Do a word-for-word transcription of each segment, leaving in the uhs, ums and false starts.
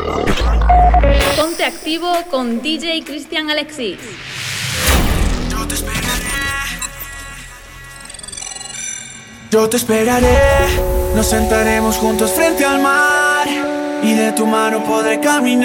Ponte activo con D J Cristian Alexis. Yo te esperaré. Yo te esperaré. Nos sentaremos juntos frente al mar y de tu mano podré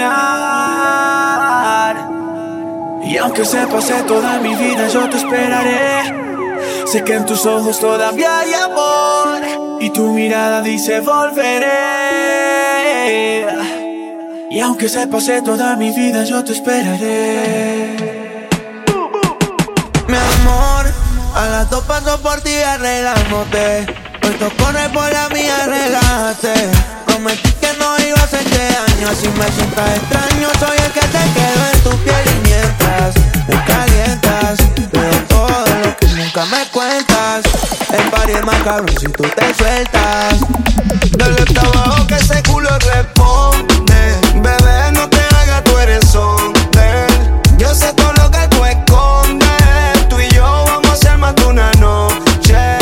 caminar. Y aunque se pase toda mi vida, yo te esperaré. Sé que en tus ojos todavía hay amor y tu mirada dice volveré. Y aunque se pase toda mi vida, yo te esperaré. Mi amor, a las dos paso por ti arreglándote. Hoy tú corres por la mía, relájate. Prometí que no iba a hacerte daño. Si me sientas extraño, soy el que te quedo en tu piel. Y mientras me calientas, veo todo lo que nunca me cuentas. El party es más cabrón si tú te sueltas. Dale hasta abajo que ese culo responde. Bebé, no te hagas, tú eres hombre. Yo sé todo lo que tú escondes. Tú y yo vamos a hacer más de una noche.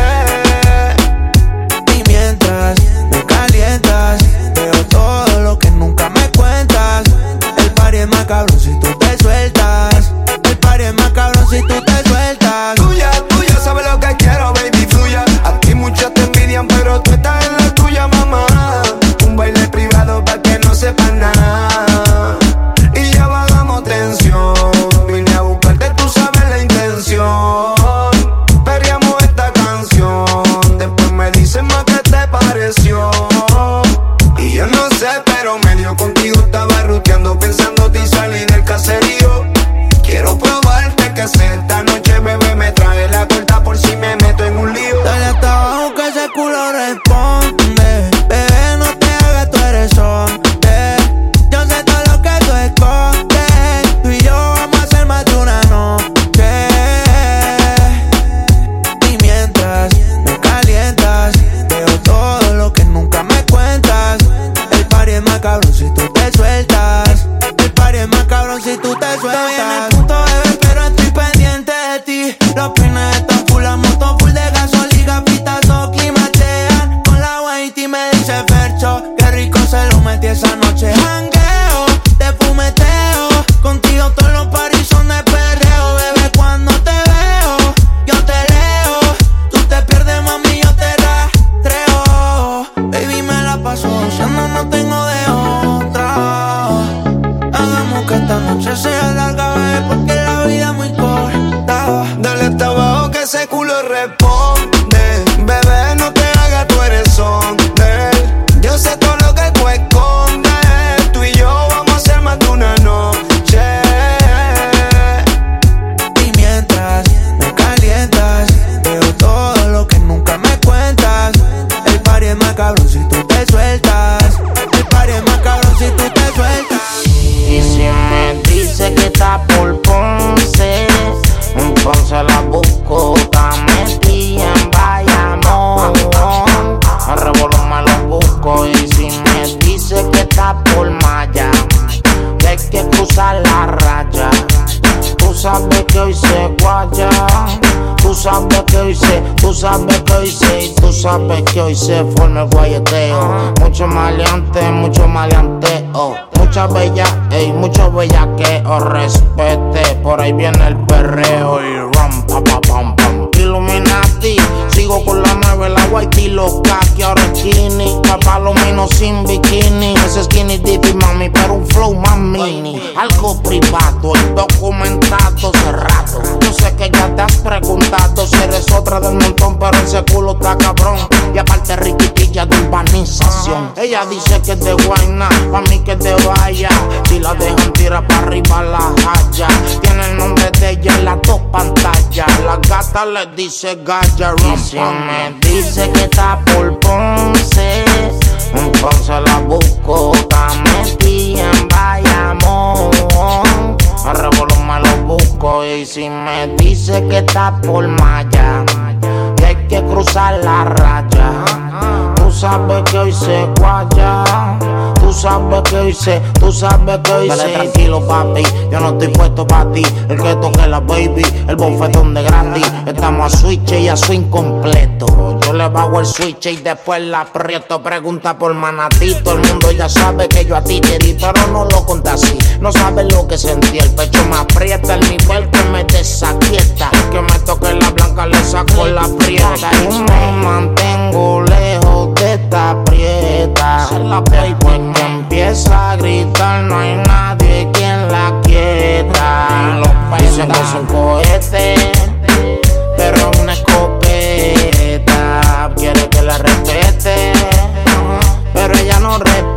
Y mientras me calientas, veo todo lo que nunca me cuentas. El party es más cabrón si tú te sueltas. El party es más cabrón si tú te sueltas. Tuya, tuya, sabes lo que quiero, baby, fluya. A ti muchos te envidian, pero tú estás en la tuya, mamá. Un baile privado pa' que no sepas nada. Y ya bajamos tensión. Vine a buscarte, tú sabes la intención. Perreamos esta canción. Después me dicen más que te pareció. Y yo no sé, pero medio contigo estaba ruteando, pensándote y salí del caserío. Quiero probarte que sé esta noche, bebé, me trae la corta por si me meto en un lío. Dale hasta abajo que ese culo responde. Bebé, no te hagas, tú eres hombre. Yo sé todo lo que tú escondes. Tú y yo vamos a hacer más de una noche. Y mientras me calientas, veo todo lo que nunca me cuentas. El party es más cabrón si tú te sueltas. El party es más cabrón si tú te sueltas. Estoy en el punto, bebé, pero estoy pendiente de ti. Los pines están full, la moto full de gasolina, pitazo, climachean. Con la Whitey me dice Fercho, qué rico se lo metí esa noche. Jangueo, te fumeteo, contigo todos los paris son de perreo. Bebé, cuando te veo, yo te leo. Tú te pierdes, mami, yo te rastreo. Baby, me la paso gozando, no tengo de otra. Hagamos que esta noche sea larga, bebé, porque la vida es muy corta. Dale hasta abajo que ese culo responde. Bebé, no te hagas, tú eres hombre. Yo sé todo lo que tú escondes. Tú y yo vamos a hacer más de una noche. Y mientras me calientas, veo todo lo que nunca me cuentas. El party es más cabrón si tú te sueltas. El party es más cabrón si tú te sueltas. Y si me dice que está por Ponce, entonces la busco, está metida en Bayamón. A revolver me lo busco. Y si me dice que está por Maya, que hay que cruzar la raya. Tú sabes que hoy se guaya. Tú sabes que hoy se, tú sabes que hoy se, y tú sabes que hoy se forma el guayeteo. Mucho maleante, mucho maleanteo. Mucha bella, ey, mucho bellaqueo. Respete, por ahí viene el perreo. Y ram, pa, pa, pam, pam. Illuminati, sigo con la nueve, la white y los kaki. Ahora skinny, papalomino sin bikini. Ese skinny dippy, mami, pero un flow más mini. Algo privado, el documentado hace rato. Yo sé que ya te has preguntado si eres otra del montón, pero ese culo está cabrón. Y aparte riquitilla de urbanización. Ella dice que es de Guayna, pa' mí que es de Vaya. Si la dejan tirar pa' arriba la haya. Tiene el nombre de ella en las dos pantallas. La gata le dice Gaya. Y si me dice que está por Ponce, entonces la busco, está metida en Bayamón. A revolver me lo busco. Y si me dice que está por Maya, que hay que cruzar la raya. Tú sabes que hoy se guaya. Tú Tú sabes que hice, tú sabes que hice. Dale tranquilo, papi, yo no estoy puesto pa' ti. El que toque la baby, el bofetón de gratis. Estamos a switch y a swing completo. Yo le bajo el switch y después la aprieto. Pregunta por Manatito, el mundo ya sabe que yo a ti te di, pero no lo conté así. No sabes lo que sentí, el pecho me aprieta, el nivel que me desaquieta. Que me toque la blanca, le saco la prieta. Y me mantengo lejos de esta prieta. Después que empieza a gritar, no hay nadie quien la quieta. Dicen que es un cohete, pero es una escopeta. Quiere que la respete, pero ella no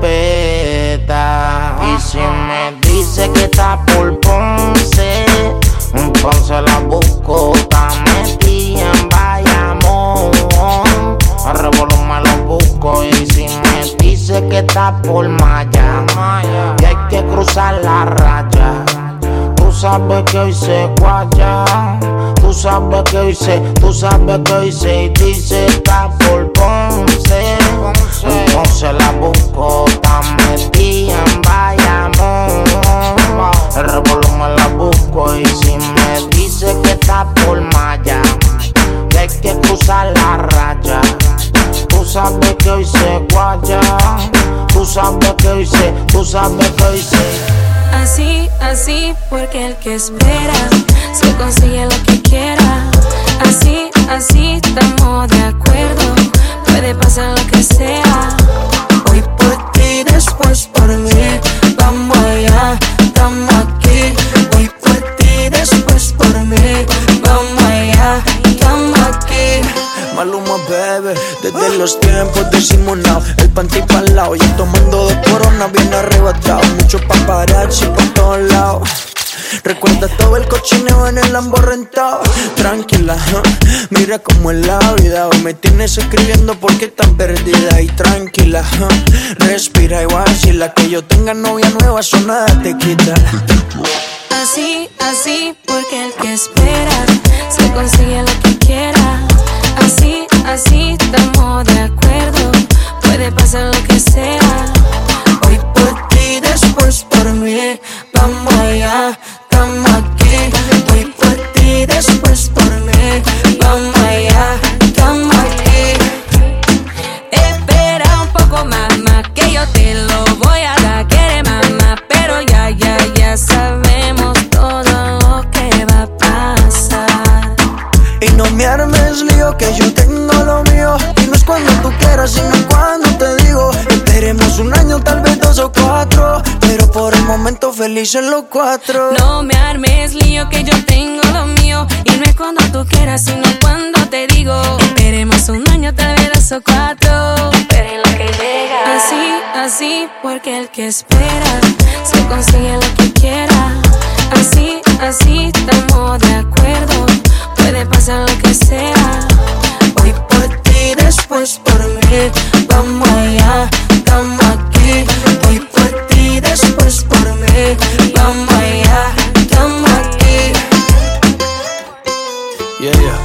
respeta. Y si me dice que está por Ponce, entonces la busco. Está metida en Bayamón, a revolver me lo busco. Y si me dice que está por Maya y hay que cruzar la raya, tú sabes que hoy se guaya. Tú sabes que hoy se, tú sabes que hoy se y dice está por Ponce. Entonces la busco, está metida en Bayamón. El revolver la busco. Y si me dice que está por Maya y hay que cruzar la raya, tú sabes que hoy se guaya. Tú sabes que hoy se, tú sabes que hoy se. Así, así, porque el que espera se consigue lo que quiera. Así, así, estamos de acuerdo. Puede pasar lo que sea. Hoy por ti, después por mí. Vamos allá, estamos aquí. Hoy por ti, después por mí. Vamos allá, estamos aquí. Maluma, bebé, desde los tiempos de Simonao. El panty pa'l lado, yo tomando dos coronas bien arrebatado. Mucho paparazzi por todos lados. Recuerda todo el cochineo en el Lambo rentado. Tranquila, huh? Mira cómo es la vida. Hoy me tienes escribiendo porque tan perdida. Y tranquila, huh? Respira y vacila. Que yo tenga novia nueva, eso nada te quita. Así, así, porque el que espera se consigue lo que quiera. Así, así, estamos de acuerdo. Puede pasar lo que sea. Hoy por ti, después por mí. Vamos allá, estamos aquí. Hoy por ti, después por mí. Vamos allá, estamos aquí. Espera un poco, mamá, que yo te lo voy a dar. Quiere mamá, pero ya, ya, ya sabemos todo lo que va a pasar. Y no me armes lío, que yo tengo lo mío. Y no es cuando tú quieras, sino cuando te digo. Esperemos un año, tal vez dos o cuatro, pero por el momento felices los cuatro. No me armes lío, que yo tengo lo mío. Y no es cuando tú quieras, sino cuando te digo. Esperemos un año, tal vez dos o cuatro, pero en lo que llega. Así, así, porque el que espera se consigue lo que quiera. Así, así, estamos de acuerdo. Puede pasar lo que sea. Hoy por ti, después por mí. Vamos allá, estamos aquí. Hoy por ti, después por mí. Vamos allá, estamos aquí. Yeah, yeah.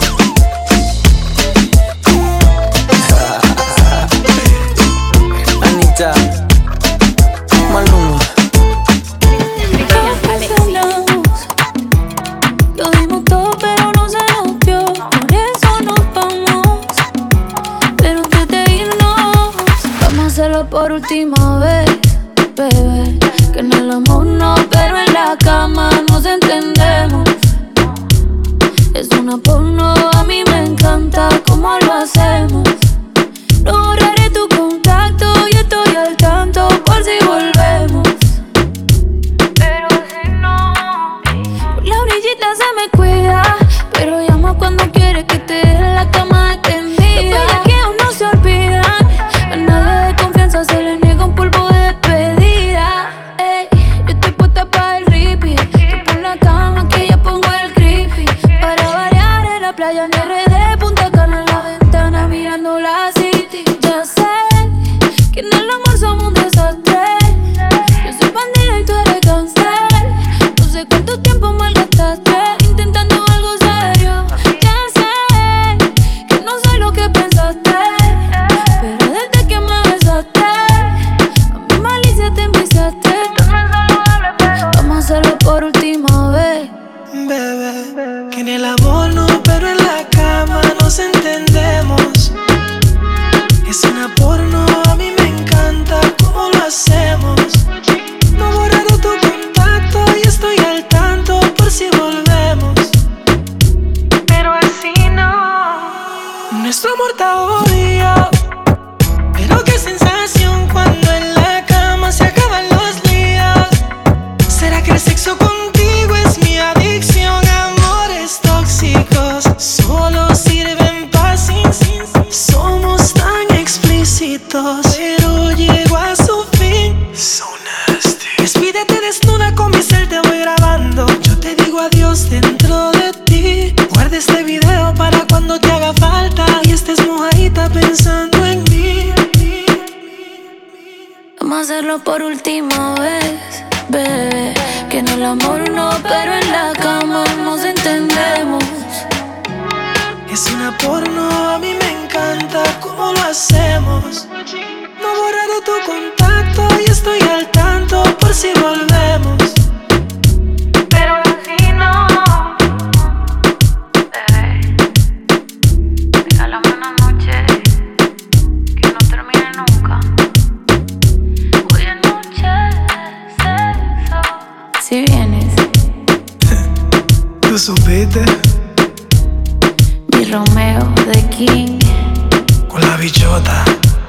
Anita, Maluma. Lo dimos todo, pero no se nos dio. Por eso nos vamos. Pero antes de irnos, vamos a hacerlo por última vez. Hagámoslo por última vez, bebé. Que en el amor no, pero en la cama nos entendemos. Es una porno, a mí me encanta cómo lo hacemos. No he borrado tu contacto y estoy al tanto por si volvemos. Pero así no, bebé. Regálame una noche que no termine nunca. Hoy es noche de sexo. Si vienes, ¿Tú supiste? mi Romeo de King. Con la bichota.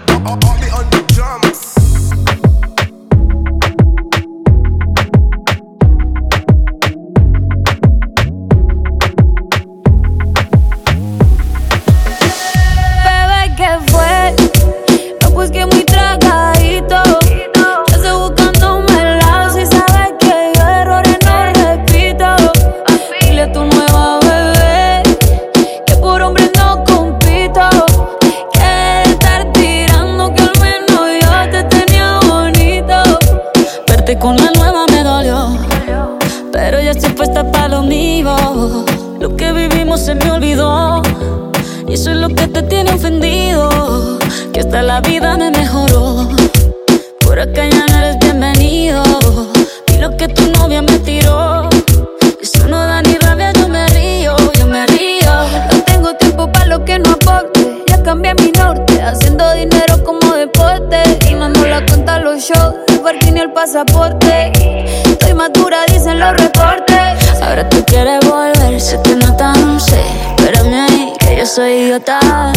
Bebé, ¿qué fue? No, pues que muy tragadito. Yo estoy buscándome el lado. Si sabes que yo errores no repito. Dile a tu nueva bebé que por hombre no compito. Que de estar tirando que al menos yo te tenía bonito. Verte con la nueva me dolió, pero ya estoy puesta para lo mío. Lo que vivimos se me olvidó y eso es lo que te tiene ofendido. Que hasta la vida me mejoró. Por acá ya no eres bienvenido. Y lo que tu novia me tiró, eso no da ni rabia, yo me río, yo me río. No tengo tiempo para lo que no aporte. Ya cambié mi norte, haciendo dinero como deporte. Y mando la cuenta a los shows, el parking y el pasaporte. Estoy madura, dicen los reportes. Ahora tú quieres volver, se te nota, no sé. Espérame ahí, que yo soy idiota.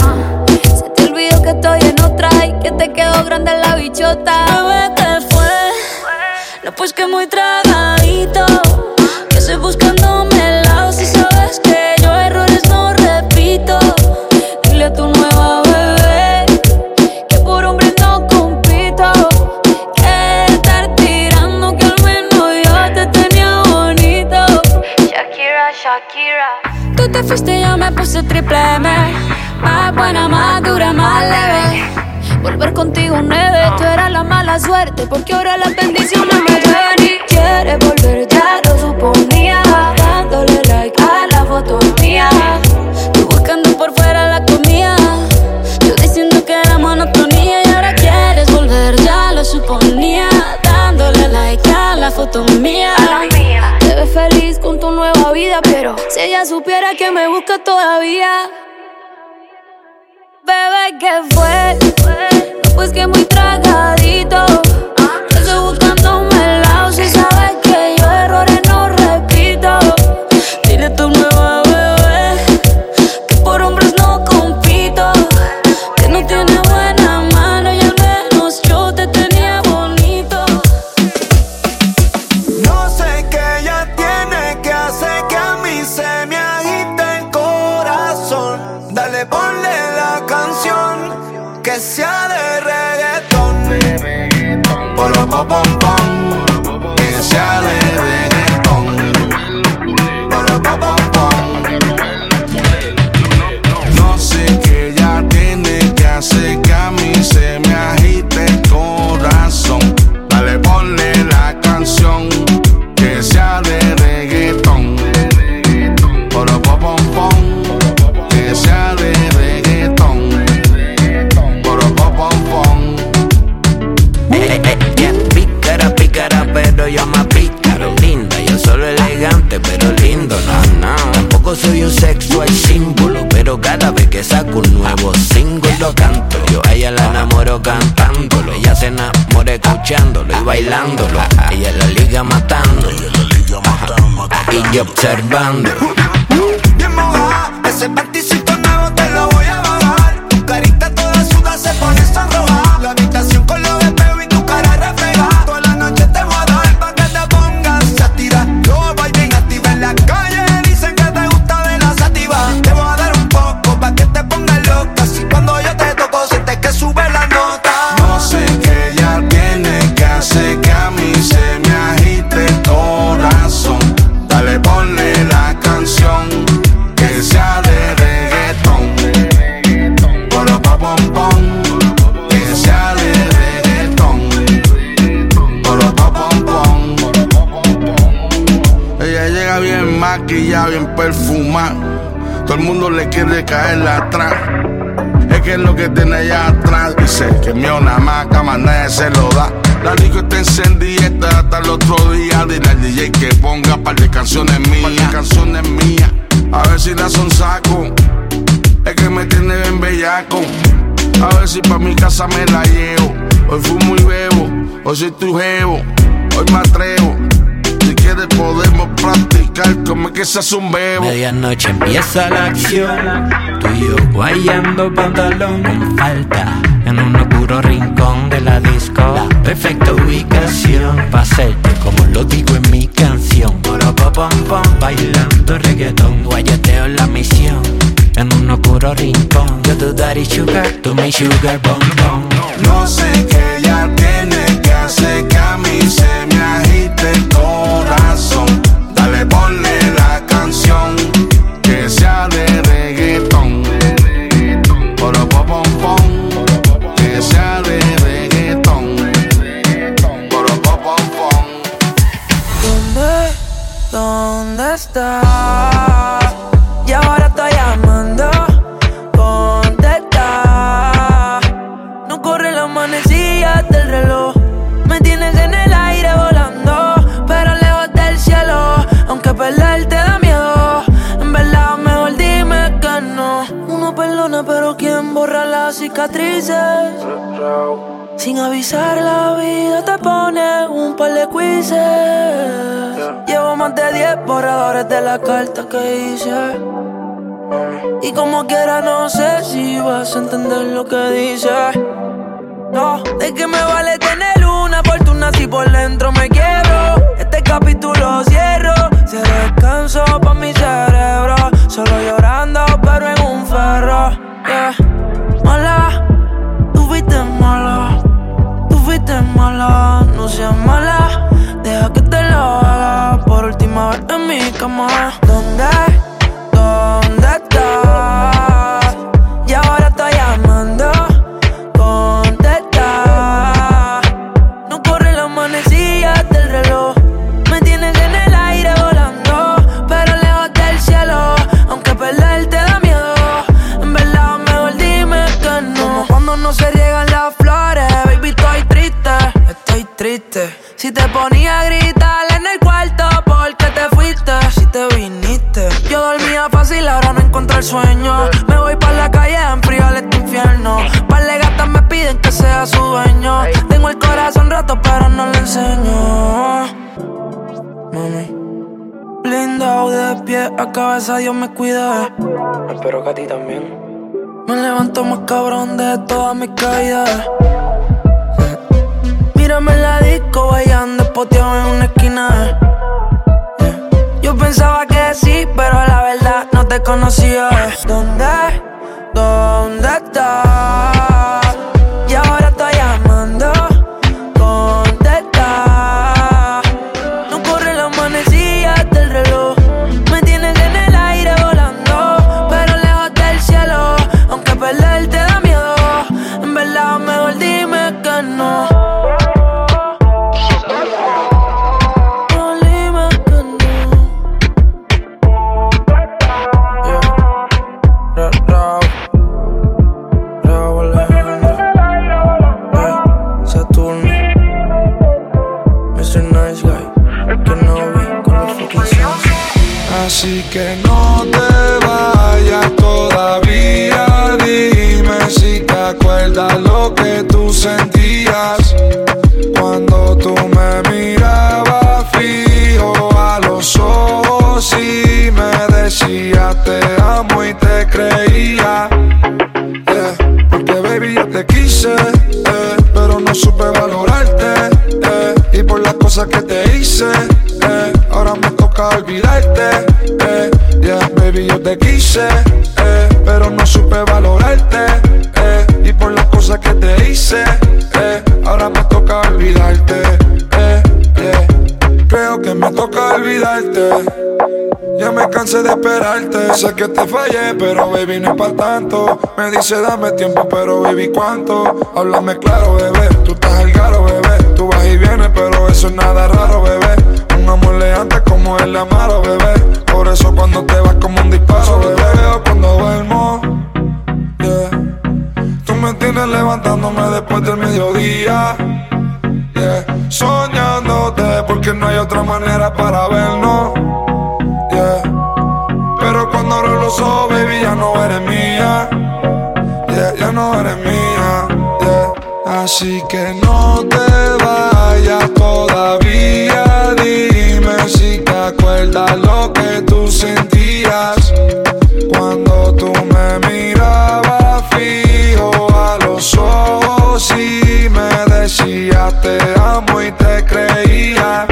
Se te olvidó que estoy en otra y que te quedó grande la bichota. Bebé, ¿qué fue? No, pues que muy tragadito. Que estoy buscándome el lado. Si sabes que yo errores no repito. Dile a tu nueva bebé que por hombre no compito. Que de estar tirando que al menos yo te tenía bonito. Shakira, Shakira. Tú te fuiste y yo me puse triple M. Más buena, más dura, más leve. Volver contigo nueve, tú eras la mala suerte, porque ahora las bendiciones me llueven. Y quieres volver, ya lo suponía, dándole like a la foto mía. Tú buscando por fuera la comida, yo diciendo que era monotonía. Y ahora quieres volver, ya lo suponía, dándole like a la foto mía. Te ves feliz con tu nueva vida, pero si ella supiera que me busca todavía. Bebé, ¿qué fue? No, pues que muy tragadito. Yo estoy buscándome el lado. Si sabes que yo errores no repito. Dile a tu nueva bebé que por hombres no compito. Que no tiene buena mano y al menos yo te tenía bonito. No sé qué ella tiene que hacer que a mí se me agite el corazón. Dale, ponle la canción que sea de reggaetón. Polo pom pom pom, que sea de reggaetón. Polo pom pom pom. No sé qué ella tiene que hacer que a mí se me agite el corazón. Dale, ponle la canción que sea de reggaetón. Polo pom pom pom, que sea de reggaetón. Polo pom pom pom. Eh, eh, eh, pícara, pícara, pero yo más pícaro. Linda, yo solo elegante, pero lindo, no, no. Tampoco soy un sexual símbolo, pero cada vez que saco un nuevo single lo canto. Yo a ella la enamoro cantándolo, ella se enamora escuchándolo y bailándolo. Ella la liga matando, y yo observando. Bien mojada, ese panticito nuevo te lo voy a bajar. Tu carita toda suda se pone sonroja. La habitación con los espejos y tu cara refleja. Toda la noche te voy a dar pa' que te pongas a tirar. Yo voy bien activa en la calle, dicen que te gusta de la sativa. Te voy a dar un poco pa' que te pongas loca. Si cuando yo te toco sientes que sube la nota. No sé qué ella tiene que hacer que a mí se me agite el corazón. Dale, ponle la canción que sea de reggaetón. ella bien perfumada. Todo el mundo le quiere caer atrás. Es que es lo que tiene allá atrás. Dice que mío nada más, que más nadie se lo da. La disco está encendida hasta el otro día. Dile al D J que ponga par de canciones mías. Par de canciones mías. A ver si la son saco. Es que me tiene bien bellaco. A ver si pa' mi casa me la llevo. Hoy fumo y bebo. Hoy soy tu jevo. Hoy me atrevo. Si quieres podemos practicar como es que se hace un bebo. Medianoche empieza la acción. Tú y yo guayando pantalón con falta en un oscuro rincón de la disco. La perfecta ubicación pa' hacerte como lo digo en mi canción. Poro pom pom pom, bailando reggaetón. Guayateo la misión en un oscuro rincón. Yo tu daddy sugar, tú mi sugar bombón. No sé qué ella tiene que hacer que a mí se me agite el corazón. Dale, ponle la canción que sea de reggaetón. Poro pom pom pom, que sea de reggaetón. Poro pom pom pom. ¿Dónde, dónde estás? Y ahora estoy llamando. Contesta. No corre la manecilla del reloj. Me tienes en el aire volando, pero lejos del cielo. Aunque perderte da miedo, en verdad mejor dime que no. Uno perdona, pero ¿quién borra las cicatrices? Sin avisar la vida te pone un par de quizzes. Llevo más de diez borradores de la carta que hice. Y como quiera no sé si vas a entender lo que dice. No, ¿de qué me vale tener una fortuna si por dentro me quiebro? Este capítulo cierro, se descanso pa' mi cerebro. Solo llorando pero en un ferro, yeah. Mala, tú fuiste mala. Tú fuiste mala, no seas mala. Deja que te lo haga por última vez en mi cama. ¿Dónde? ¿Dónde estás? Y ahora estoy llamando. Contesta. No corre la manecilla del reloj. Me tienes en el aire volando, pero lejos del cielo. Aunque perderte da miedo, en verdad mejor dime que no. Como cuando no se riegan las flores, baby, estoy triste, estoy triste. Si te ponía a gritar en el cuarto porque te fuiste, si te viniste. Yo dormía fácil, ahora no encuentro el sueño. Me voy pa' la calle a enfriar este infierno. Par de gatas me piden que sea su dueño. Tengo el corazón roto pero no le enseño. Mami, blindado de pie a cabeza, Dios me cuida. Espero que a ti también. Me levanto más cabrón de todas mis caídas. Mírame en la disco bailando espoteado en una esquina. Yo pensaba que sí, pero la verdad no te conocía. ¿Dónde? ¿Dónde estás? Y ahora estoy llamando. Contesta. No corre la manecilla del reloj. Me tienes en el aire volando, pero lejos del cielo. Aunque perderte da miedo, en verdad mejor dime que no. Así que no te vayas todavía. Dime si te acuerdas lo que tú sentías cuando tú me mirabas fijo a los ojos y me decías te amo y te creía, yeah. Porque baby yo te quise, eh, pero no supe valorarte, eh, y por las cosas que te hice, eh, ahora me toca olvidarte, eh, yeah. Baby yo te quise, eh, pero no supe valorarte, eh, y por las cosas que te hice, eh, ahora me toca olvidarte, eh, yeah. Creo que me toca olvidarte. Ya me cansé de esperarte. Sé que te fallé, pero baby no es pa' tanto. Me dice dame tiempo, pero baby ¿cuánto? Háblame claro, bebé, tú estás al garo, bebé. Tú vas y vienes, pero eso es nada raro, bebé. Un amor leante como el Amaro, bebé. Por eso cuando que no hay otra manera para vernos, yeah. Pero cuando abro los ojos, baby, ya no eres mía, yeah, ya no eres mía, yeah. Así que no te vayas todavía. Dime si te acuerdas lo que tú sentías cuando tú me mirabas fijo a los ojos y me decías te amo y te creía.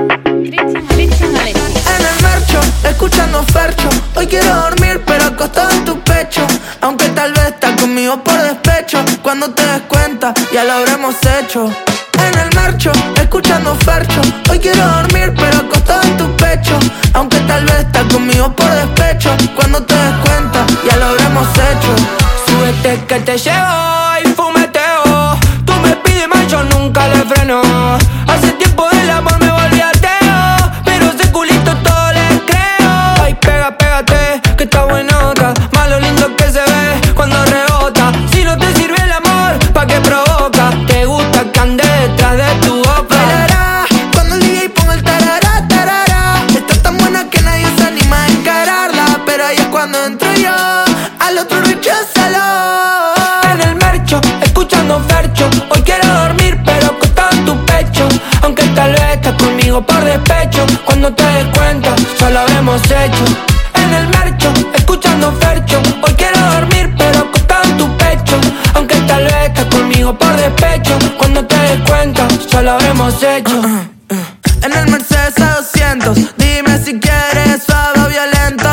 En el marcho, escuchando Fercho. Hoy quiero dormir pero acostado en tu pecho, aunque tal vez estás conmigo por despecho. Cuando te des cuenta ya lo habremos hecho. En el marcho, escuchando Fercho. Hoy quiero dormir pero acostado en tu pecho, aunque tal vez estás conmigo por despecho. Cuando te des cuenta ya lo habremos hecho. Súbete que te llevo y fumeteo. Tú me pides más, yo nunca le freno. Hace tiempo del amor me volví ateo, pero ese culito todo le creo. Ay, pega, pégate, que está buenota. Más lo lindo que se ve cuando rebota. Si no te sirve el amor, ¿pa' qué provoca? Te gusta que ande detrás de tu boca. Tarará, cuando el D J ponga el tarará, tarará. Está tan buena que nadie se anima a encararla, pero ahí es cuando entro yo, al otro recházalo. En el marcho, escuchando Fercho. Hoy quiero dormir pero acostado en tu pecho, aunque tal vez estás conmigo por despecho. Cuando te des cuenta, ya lo habremos hecho. En el marcho, escuchando Fercho. Hoy quiero dormir pero acostado en tu pecho, aunque tal vez estás conmigo por despecho. Cuando te des cuenta, ya lo habremos hecho. En el Mercedes A doscientos, dime si quieres suave o violento.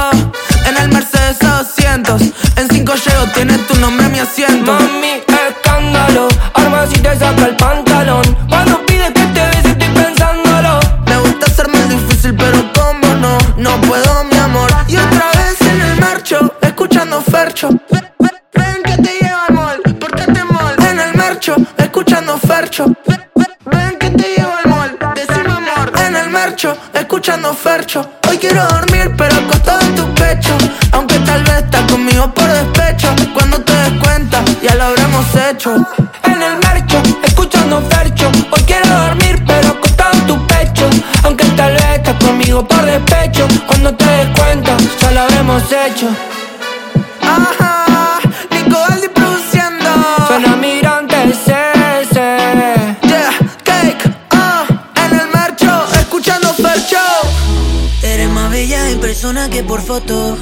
En el Mercedes A doscientos, en cinco llego, tienes tu nombre en mi asiento. Mami, escándalo, arma si te saca el pantalón. Cuando pides que te bese estoy pensándolo. Me gusta ser más difícil pero como no, no puedo mi amor. Y otra vez en el marcho, escuchando Fercho. Ven que te llevo al mall, pórtate mal. En el marcho, escuchando Fercho. Ven que te llevo al mall, decime amor. En el marcho, escuchando Fercho. Hoy quiero dormir pero acostado en tu pecho, aunque tal vez estás conmigo por despecho. Cuando te des cuenta ya lo habremos hecho. En el marcho, escuchando Fercho. Hoy quiero dormir pero acostado en tu pecho, aunque tal vez estás conmigo por despecho. Cuando te des cuenta ya lo habremos hecho. Ajá, Nico Aldi produciendo. Suena Mirante C C. Yeah, cake, ah, uh, en el marcho, escuchando Fercho. Eres más bella en persona que por foto.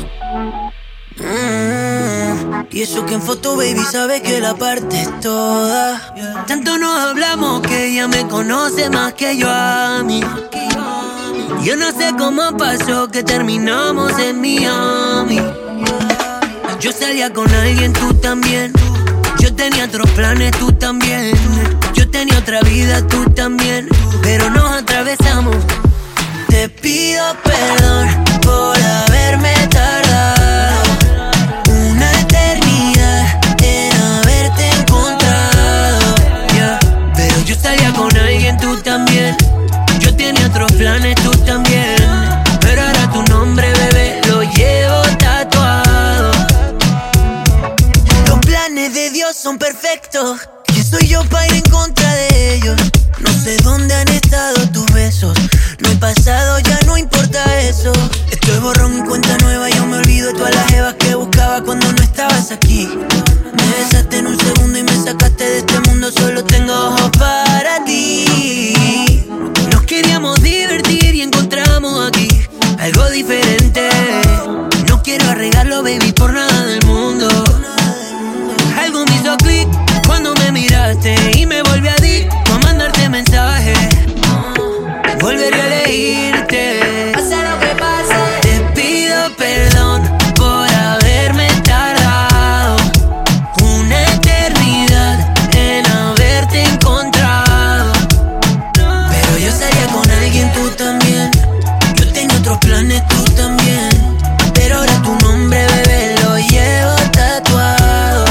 Mm, y eso que en foto, baby, sabe que la parte es toda. Tanto nos hablamos que ella me conoce más que yo a mí. Yo no sé cómo pasó que terminamos en Miami. Yo salía con alguien, tú también. Yo tenía otros planes, tú también. Yo tenía otra vida, tú también. Pero nos atravesamos. Te pido perdón por haberme tardado una eternidad en haberte encontrado, yeah. Pero yo salía con alguien, tú también. Yo tenía otros planes, tú también. Pero ahora tu nombre, bebé, lo llevo tatuado. Los planes de Dios son perfectos. ¿Quién soy yo para ir en contra de ellos? No sé dónde han estado tus besos. No he pasado, ya no importa eso. Estoy borrón y cuenta nueva. Yo me olvido de todas las jevas que buscaba cuando no estabas aquí. Me besaste en un segundo y me sacaste de este mundo. Solo tengo ojos para ti. Nos queríamos divertir y encontramos aquí algo diferente. No quiero arreglarlo, baby, por nada del mundo. Algo me hizo clic cuando me miraste y me volví adicto a mandarte mensajes. Volveré a elegirte, pase lo que pase. Te pido perdón por haberme tardado una eternidad en haberte encontrado. Pero yo salía con alguien, tú también. Yo tenía otros planes, tú también. Pero ahora tu nombre, bebé, lo llevo tatuado.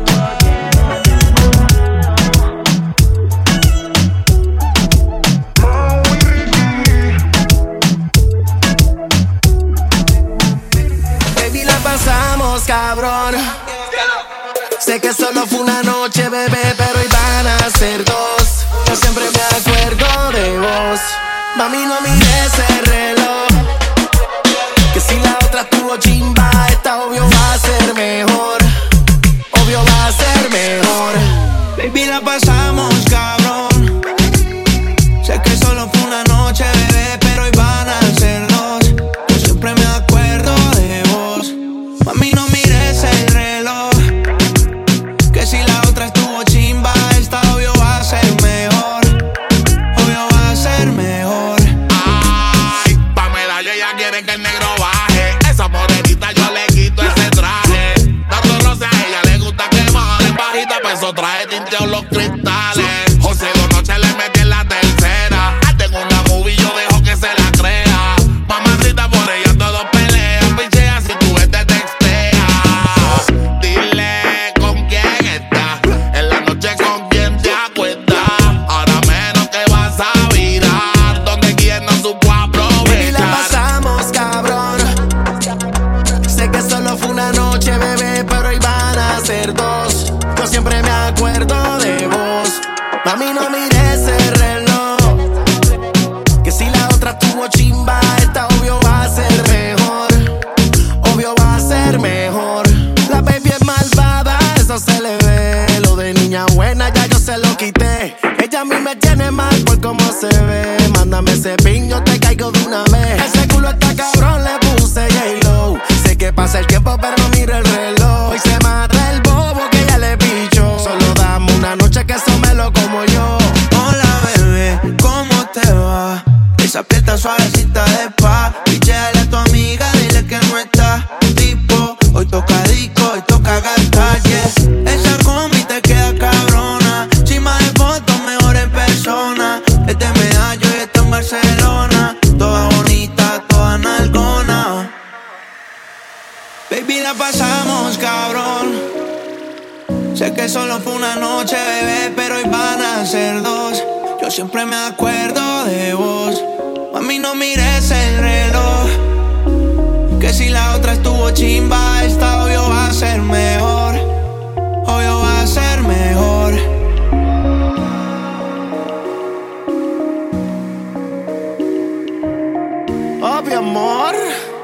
Cabrón, sé que solo fue una noche, bebé, pero hoy van a ser dos. Yo siempre me acuerdo de vos Mami, no mires ese reloj, que si la otra estuvo chimba, esta obvio va a ser mejor. Obvio va a ser mejor. Baby, la pasamos cabrón. Sé que solo fue una noche, bebé, pero hoy van a ser dos. Yo siempre me acuerdo de vos. Mami, no mires el reloj, que si la otra estuvo chimba, esta obvio va a ser mejor. Obvio va a ser mejor. Ay, Pamela, yo ya quiere que el negro baje. Esa morenita yo le quito ese traje. Dando roce a ella le gusta que baje. Bajita, pues eso traje tinteo los cristales. José dos noches le metí en la tercera. Ah, tengo una movie, yo dejo que se la crea. Mamacita, por ella todos pelean. Pichea si tú ves te textea. Dile con quién está, en la noche con quién te acuestas. Ahora menos que vas a virar, donde quien no supo Baby, la aprovechar. pasamos cabrón. Sé que solo fue una noche, bebé, pero hoy van a ser dos. Yo siempre me acuerdo de vos. Mami, no mires el reloj, que si la otra estuvo chimba, esta obvio va a ser mejor. Obvio va a ser mejor. La baby es malvada, eso se le ve. Lo de niña buena ya yo se lo quité. Ella a mí me tiene mal por cómo se ve. Mándame ese pin, yo te caigo de una vez. Ese culo está cabrón, le puse J-Lo. Sé que pasa el tiempo, pero no miro el reloj. Hoy se mata el bobo que ya le picho. Solo dame una noche que eso me lo como yo. Hola, bebé, ¿cómo te va? Esa piel tan suavecita de spa. Pichéale a tu amiga, dile que no está tipo. Hoy toca disco, hoy toca gastar, yeah. Esa combi te queda cabrona. Chima de fotos, mejor en persona. Este me da yo y este en Barcelona. Toda bonita, toda nalgona. Baby, la pasamos cabrón. Sé que solo fue una noche, bebé, pero hoy van a ser dos. Yo siempre me acuerdo de vos. Mami, no mires el reloj, que si la otra estuvo chimba, esta obvio va a ser mejor. Obvio va a ser mejor. Obvio, amor.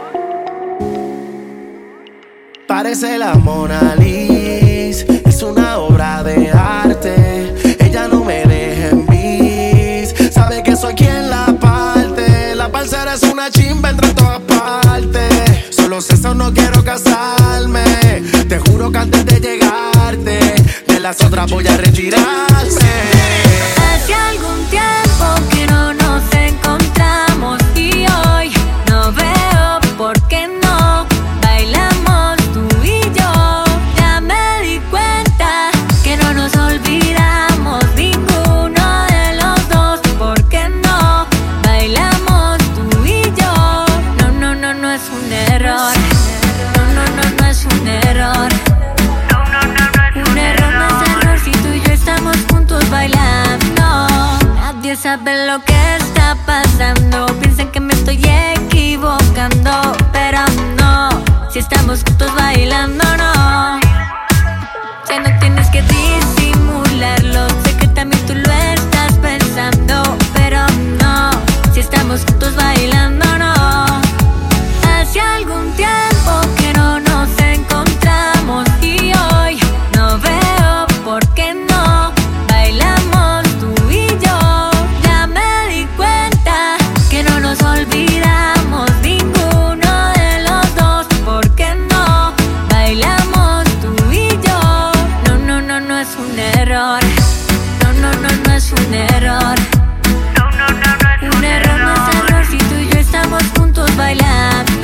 Parece la Mona Lisa, es una obra de arte. Ella no me deja en bis, sabe que soy quien la parte. La parcera es una chimba entre todas partes. Solo sé eso, no quiero casarme. Te juro que antes de llegarte, de las otras voy a retirarme. Hace algún tiempo que no nos encontramos y hoy no veo por qué no bailamos tú y yo. Ya me di cuenta que no nos olvidamos ninguno de los dos. ¿Por qué no bailamos tú y yo? No, no, no, no es un error. No, no, no, no es un error. Un error no es error si tú y yo estamos juntos bailando. Nadie sabe lo que está pasando. Piensan que me estoy equivocando, pero no. Si estamos juntos bailando, no. Ya no tienes que disimularlo. Sé que también tú lo estás pensando, pero no. Si estamos juntos bailando, no. Hace algún tiempo que no nos encontramos y hoy no veo por qué no bailamos tú y yo. Ya me di cuenta que no nos olvidamos ninguno de los dos. ¿Por qué no bailamos tú y yo? No, no, no, no es un error. No, no, no, no es un error. Un error no es error si tú y yo estamos juntos bailando.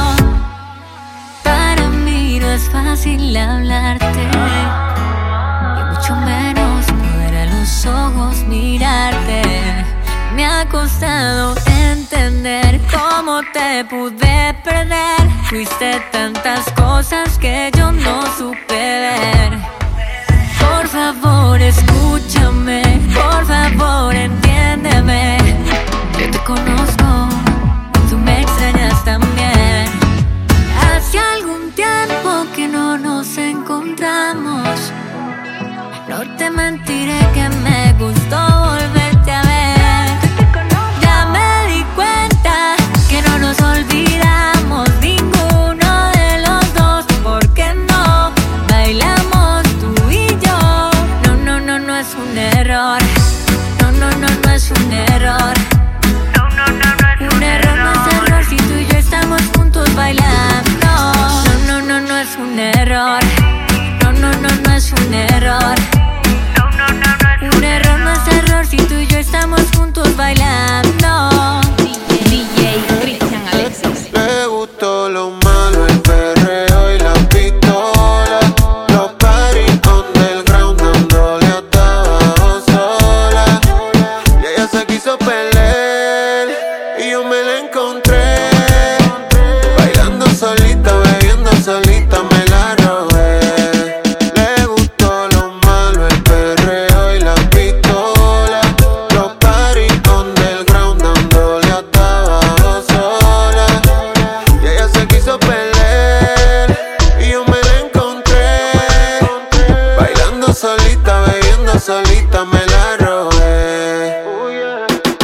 Para mí no es fácil hablarte, y mucho menos poder a los ojos mirarte. Me ha costado entender cómo te pude perder. Fuiste tantas cosas que yo no supe ver. Por favor, escúchame. Por favor, entiéndeme. Yo te conozco, tú me extrañas también. Hace algún tiempo que no nos encontramos. No te mentiré que me gustó volverte a ver. Ya me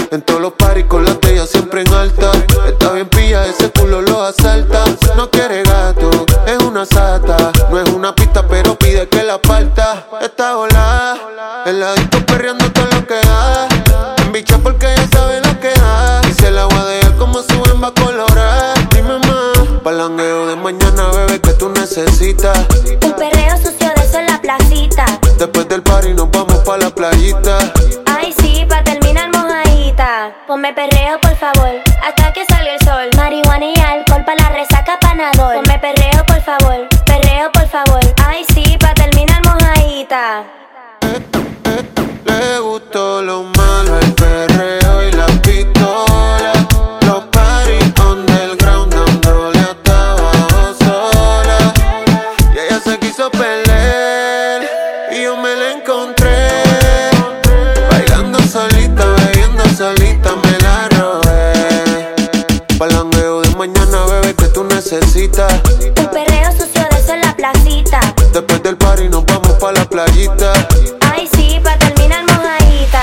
En todos los paris con la bella siempre en alta. Está bien pilla, ese culo lo asalta. No quiere gato, es una sata. No es una pista pero pide que la parta. Está volada, el ladito perreando todo lo que da. En bicha porque ella sabe lo que da. Y se la agua de él como suben va a colorar. Dime más, palangueo de mañana, bebé, que tú necesitas. Un perreo sucio de eso en la placita. Después del party nos vamos pa' la playita. Ay sí, pa' terminar mojadita. Ponme perreo por favor, hasta que salió el sol. Marihuana y alcohol pa' la resaca panador. Ponme perreo por favor, perreo por favor. Ay sí, pa' terminar mojadita. Eh, eh, le gustó lo malo, el perreo y la pistola. Los parties underground dándole hasta abajo sola. Y ella se quiso pelear y yo me la encontré. Bailando solita, bebiendo solita, me la robé. Palangueo de mañana, bebé, que tú necesitas. Un perreo sucio de eso en la placita. Después del party nos vamos pa' la playita. Ay sí, pa' terminar mojadita.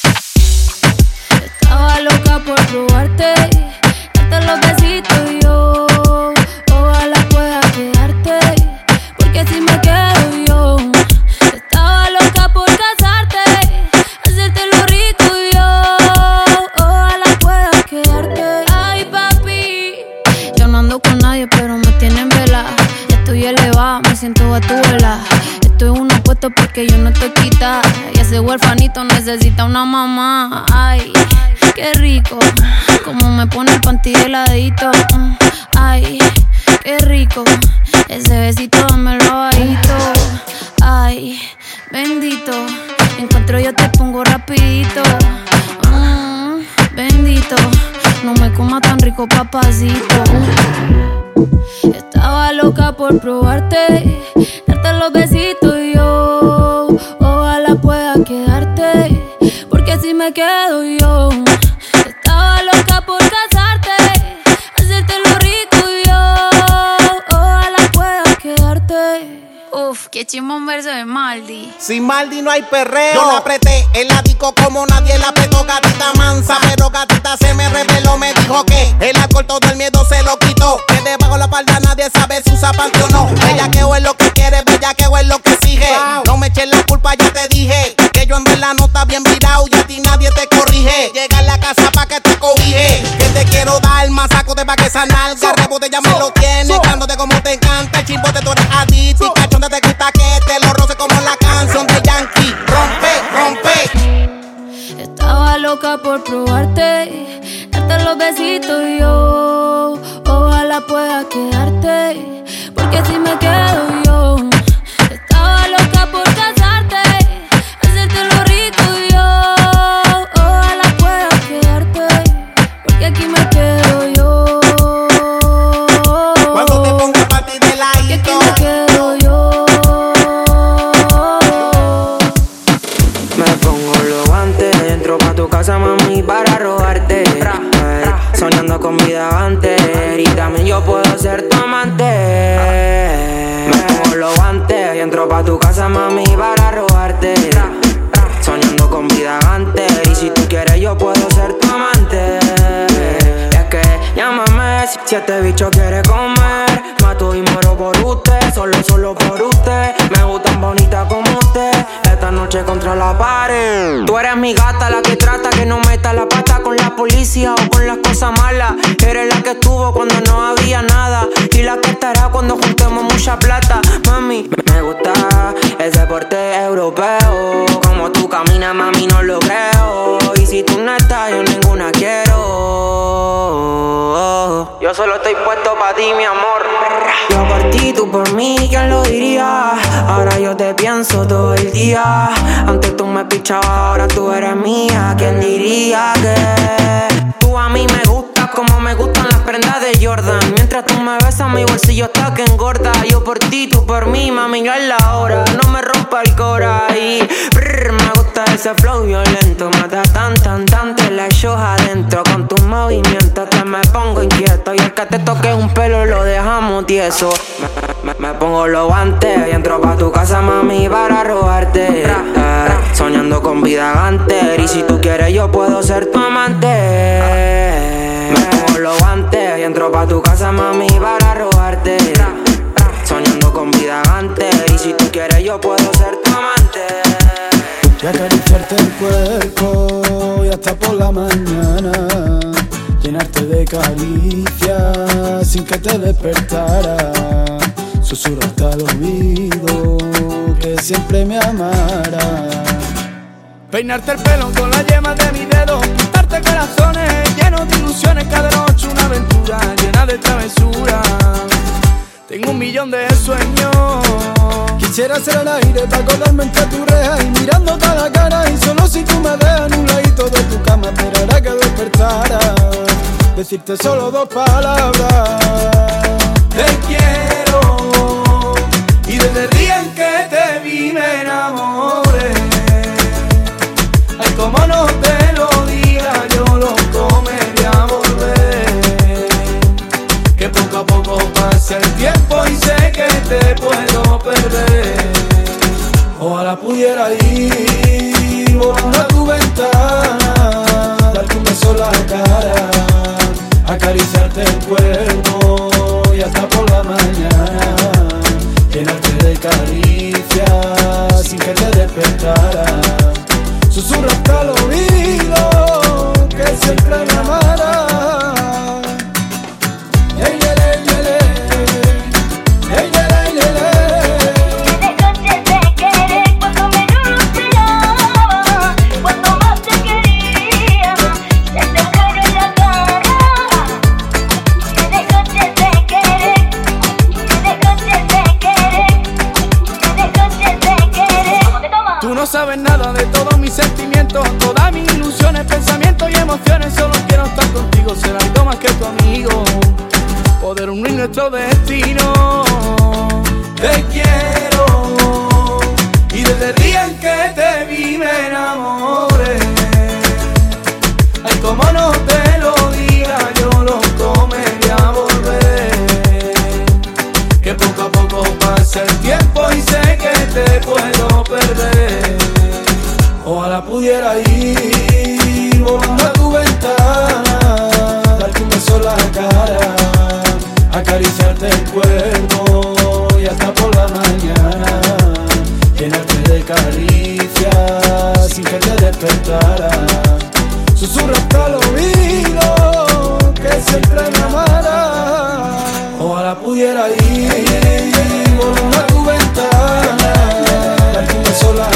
Estaba loca por probarte, darte los besitos y yo ojalá pueda quedarte, porque si me quedo yo. Estaba loca por casarte, hacerte lo rico y yo ojalá pueda quedarte. Ay papi, yo no ando con nadie pero me tienen vela. Ya estoy elevada, me siento a tu vela. Estoy uno puesto porque yo no estoy quita. Y ese huerfanito necesita una mamá. Ay, qué rico, como me pone el panty de ladito. Ay, qué rico, ese besito dámelo bajito. Ay, bendito, encuentro yo te pongo rapidito. Mm, bendito, no me coma tan rico papacito. Estaba loca por probarte, darte los besitos y yo ojalá pueda quedarte, porque si me quedo yo. Estaba loca por casarte, hacerte lo rico y yo ojalá pueda quedarte. Uf, qué chimba un verso de Maldi. Sin Maldi no hay perreo. Yo la apreté el ático como nadie la apretó. Gatita mansa, pero gatita se me reveló. Me dijo que el alcohol todo el miedo se lo quitó. Que debajo la falda nadie sabe si usa panty o no. Bellaqueo es lo que quiere, bellaqueo es lo que exige. Wow. No me eches la culpa, ya te dije que yo ando en la nota bien virado y a ti nadie te corrige. Llega a la casa pa' que te cobije, que te quiero dar más saco de pa' que esa nalga. Rebote ya me lo tienes, dándote como te encanta. El chimbote tú eres adicto y cachonde te gusta que te lo roce como la canción de Yankee. Rompe, rompe. Estaba loca por probarte, darte los besitos y yo ojalá pueda quedarte, porque si me quedo yo. Estaba loca por casarte, hacerte lo rico y yo ojalá pueda quedarte, porque aquí me quedo yo. Cuando te pongo a partir de la porque aquí me quedo yo. Me pongo los guantes, entro pa' tu casa, mami, para robarte. Ay, soñando con vida antes, y también yo puedo ser tu amante. Me pongo los guantes y entro pa' tu casa, mami, para robarte. Soñando con vida antes, y si tú quieres yo puedo ser tu amante. Y es que llámame si este bicho quiere comer. Mato y muero por usted, solo, solo por usted. Me gustan bonitas como usted, esta noche contra la pared. Tú eres mi gata, la que trata que no meta la pata con la policía o con las cosas malas. Eres la que estuvo cuando no había nada y la que estará cuando juntemos mucha plata. Mami, me gusta ese porte europeo. Como tú caminas, mami, no lo creo. Y si tú no estás, yo ninguna quiero. Yo solo estoy puesto pa' ti, mi amor. Yo por ti, tú por mí, ¿quién lo diría? Ahora yo te pienso todo el día. Antes tú me pichabas, ahora tú eres mía. ¿Quién diría que tú a mí me gustas como me gustan las prendas de Jordan? Mientras tú me besas, mi bolsillo está que engorda. Yo por ti, tú por mí, mami, ya es la hora. No me rompa el cora y brr, me gusta ese flow violento. Mata tan, tan, tan, te la echó adentro. Con tus movimientos te me pongo inquieto. Y el que te toque un pelo lo dejamos tieso. Me, me, me pongo los guantes y entro pa' tu casa, mami, para robarte. Eh, soñando con vida antes. Y si tú quieres yo puedo ser tu amante. pa' tu casa, mami, para robarte. Soñando con vida antes. Y si tú quieres, yo puedo ser tu amante. Y acariciarte el cuerpo y hasta por la mañana. Llenarte de caricias sin que te despertara. Susurrarte al oído que siempre me amara. Peinarte el pelo con la yema de mi dedo. Pintarte corazones llenos de ilusiones. Cada noche una aventura llena de travesuras. Tengo un millón de sueños. Quisiera ser el aire para acordarme entre tu reja y mirándote a la cara. Y solo si tú me dejas en un ladito de tu cama esperará que despertara. Decirte solo dos palabras. Te quiero. Y desde el día en que te vi me enamoré. Ay, como no te lo diga, yo loco me voy a volver. Que poco a poco pasa el tiempo y sé que te puedo perder. Ojalá pudiera ir volando a tu ventana, darte un beso en la cara, acariciarte el cuerpo y hasta por la mañana. Llenarte de caricias sin que te despertara. Susurrarte al oído que siempre me amara. No sabes nada de todos mis sentimientos, todas mis ilusiones, pensamientos y emociones. Solo quiero estar contigo, ser algo más que tu amigo, poder unir nuestro destino. Te quiero. Y desde el día en que te vi me enamoré. Ay, como no te lo diga, yo loco me voy a volver. Que poco a poco pasa el tiempo y sé que te puedo perder. Ojalá pudiera ir volando a tu ventana, darte un beso en la cara, acariciarte el cuerpo y hasta por la mañana. Llenarte de caricias sin que te despertara. Susurrarte al oído que siempre me amara. Ojalá pudiera ir volando a tu ventana, darte un beso en la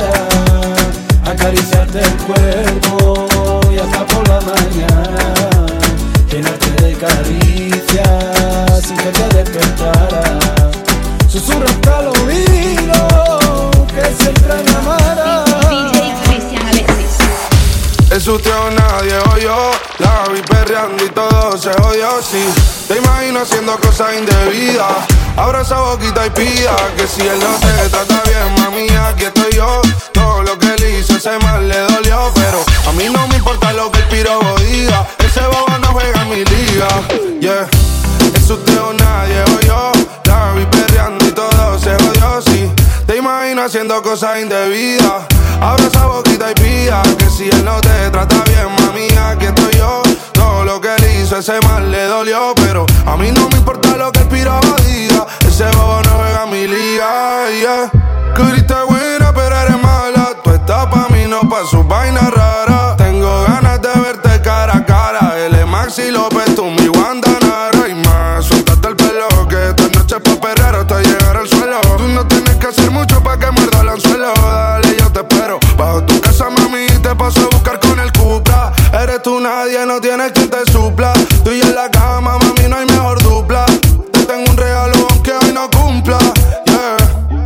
cara, acariciarte el cuerpo y hasta por la mañana. Llenarte de caricias sin que te despertara. Susurrarte al oído que siempre me amara. D J Cristian Alexis. Es usted o nadie o yo. La vi perreando y todo se jodió, sí. Te imagino haciendo cosas indebidas. Abra esa boquita y pida que si él no te trata bien, mami, aquí estoy yo. Todo lo que él hizo, ese mal le dolió. Pero a mí no me importa lo que el pirobo diga. Ese bobo no juega en mi liga, yeah. Es usted o nadie o yo. La vi perreando y todo se jodió, sí. Te imagino haciendo cosas indebidas. Abra esa boquita y pida que si él no te trata bien, mami, aquí estoy yo. Todo lo que él hizo, ese mal le dolió. Pero a mí no me importa lo que el pirobo diga. Ese bobo no juega en mi liga, yeah. Curita buena pero eres mala. Tú estás pa' mí, no pa' sus vainas raras. Tengo ganas de verte cara a cara. Él es Maxi López, tú mi Wanda Nara. Y más, suéltate el pelo que esta noche es pa' perrear hasta llegar al suelo. Tú no tienes que hacer mucho pa' que muerda el anzuelo. Dale, yo te espero bajo tu casa, mami, te paso a buscar con el Cupra. Eres tú nadie, no tienes quien te supla. Tú y yo en la cama, mami, no hay mejor dupla. Te tengo un regalo aunque hoy no cumpla, yeah.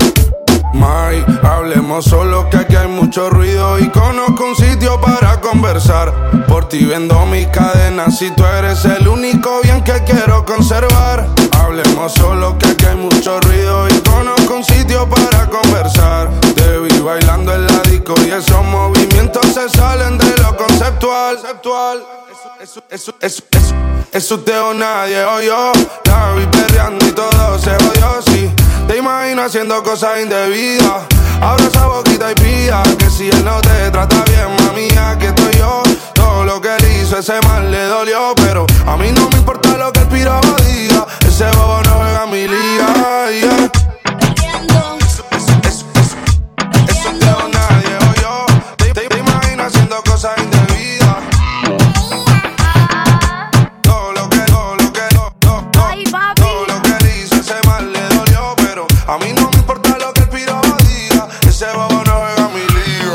May, hablemos solo que aquí hay mucho ruido y conozco un sitio para conversar. Por ti vendo mis cadenas si tú eres el único bien que quiero conservar. Hablemos solo que aquí hay mucho ruido y conozco un sitio para conversar. Te vi bailando en la disco y esos movimientos se salen de lo conceptual. Eso, eso, eso, eso, es usted o nadie o yo. La vi perreando y todo se jodió, sí. Te imagino haciendo cosas indebidas. Abra esa boquita y pida que si él no te trata bien, mami, aquí estoy yo. Todo lo que él hizo hizo ese mal le dolió, pero a mí no me importa lo que el piro diga. Ese bobo no juega mi liga, yeah. Eso, eso, eso, eso, eso que no nadie oyó. Te, te, te imaginas haciendo cosas indebidas. Todo lo que, todo lo que, no, no, no, todo lo que le hizo ese mal le dolió, pero a mí no me importa lo que el piro diga. Ese bobo no juega mi liga.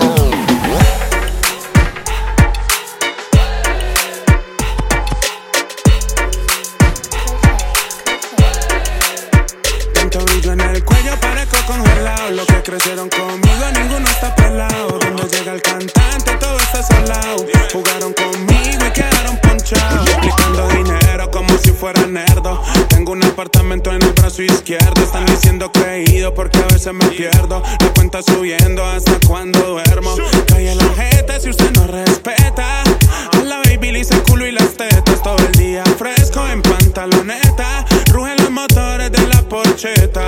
En el cuello parezco congelado. Los que crecieron conmigo, ninguno está pelado. Donde llega el cantante, todo está salado. Jugaron conmigo y quedaron ponchados. Aplicando dinero como si fuera nerdo. Tengo un apartamento en el brazo izquierdo. Están diciendo creído porque a veces me pierdo. La cuenta subiendo hasta cuando duermo. Cae la jeta si usted no respeta. A la baby le hice el culo y las tetas. Todo el día fresco en pantaloneta. Rugen los motores de la porcheta.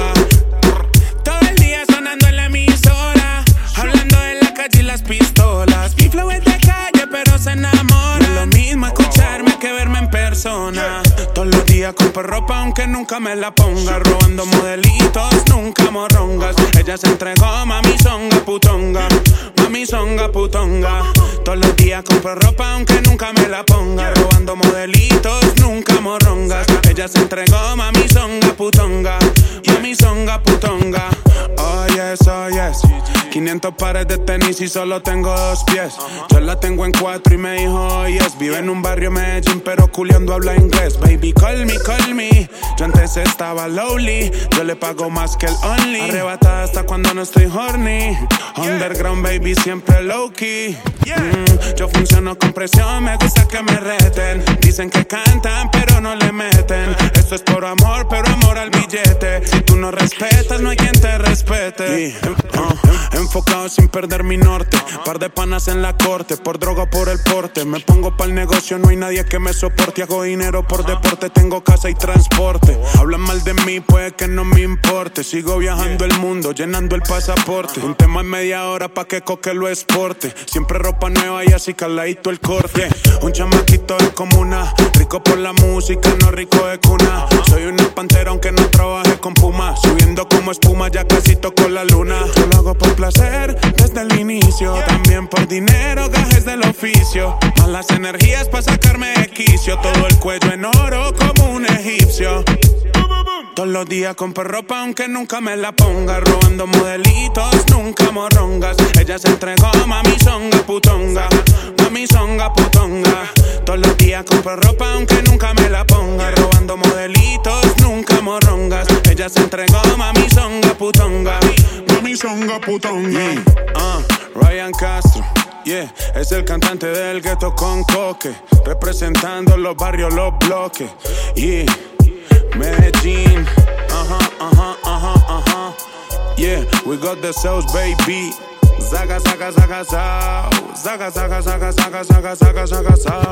Todo el día sonando en la emisora, hablando de la calle y las pistolas. Mi flow es de calle pero se enamora. No es lo mismo escucharme que verme en persona. Todos los días compro ropa aunque nunca me la ponga. Robando modelitos, nunca morrongas. Ella se entregó, mami songa putonga. Mami songa putonga. Todos los días compro ropa aunque nunca me la ponga. Robando modelitos, nunca morrongas. Ella se entregó, mami songa putonga. Mami songa putonga. Oh yes, oh yes. quinientos pares de tenis y solo tengo dos pies. Yo la tengo en cuatro y me dijo oh yes. Vive en un barrio Medellín pero culiando habla inglés. Baby call me, call me. Yo antes estaba lowly. Yo le pago más que el only. Arrebatada hasta cuando no estoy horny. Underground baby siempre low key. mm, Yo funciono con presión. Me gusta que me reten. Dicen que cantan pero no le meten. Esto es por amor pero amor al billete. Si tú no respetas no hay quien te respete. yeah. uh, Enfocado sin perder mi norte. Par de panas en la corte. Por droga o por el porte. Me pongo pa'l negocio, no hay nadie que me soporte. Hago dinero por deporte, tengo casa y transporte. Hablan mal de mí, puede que no me importe. Sigo viajando el mundo, llenando el pasaporte. Un tema en media hora pa' que Coque lo exporte. Siempre ropa nueva y así caladito el corte. Un chamaquito de comuna. Rico por la música, no rico de cuna. Soy una pantera aunque no trabaje con Puma. Subiendo como espuma, ya casi toco la luna. Yo lo hago por placer desde el inicio. También por dinero, gajes del oficio. Malas energías pa' sacarme de quicio. Todo el cuello en oro como un egipcio. Todos los días compro ropa aunque nunca me la ponga. Robando modelitos, nunca morrongas. Ella se entregó, mami songa putonga. Mami songa putonga. Todos los días compro ropa aunque nunca me la ponga. Robando modelitos, nunca morrongas. Ella se entregó, mami songa putonga. Mami songa putonga. yeah. uh, Ryan Castro, yeah, es el cantante del gueto con Coque. Representando los barrios, los bloques. Yeah. Medellín, uh-huh, uh-huh, uh-huh, uh-huh. Yeah, we got the cells, baby. Zaga, zaga, zaga, zaga. Zaga, zaga, zaga, zaga, zaga, zaga, zaga, zaga.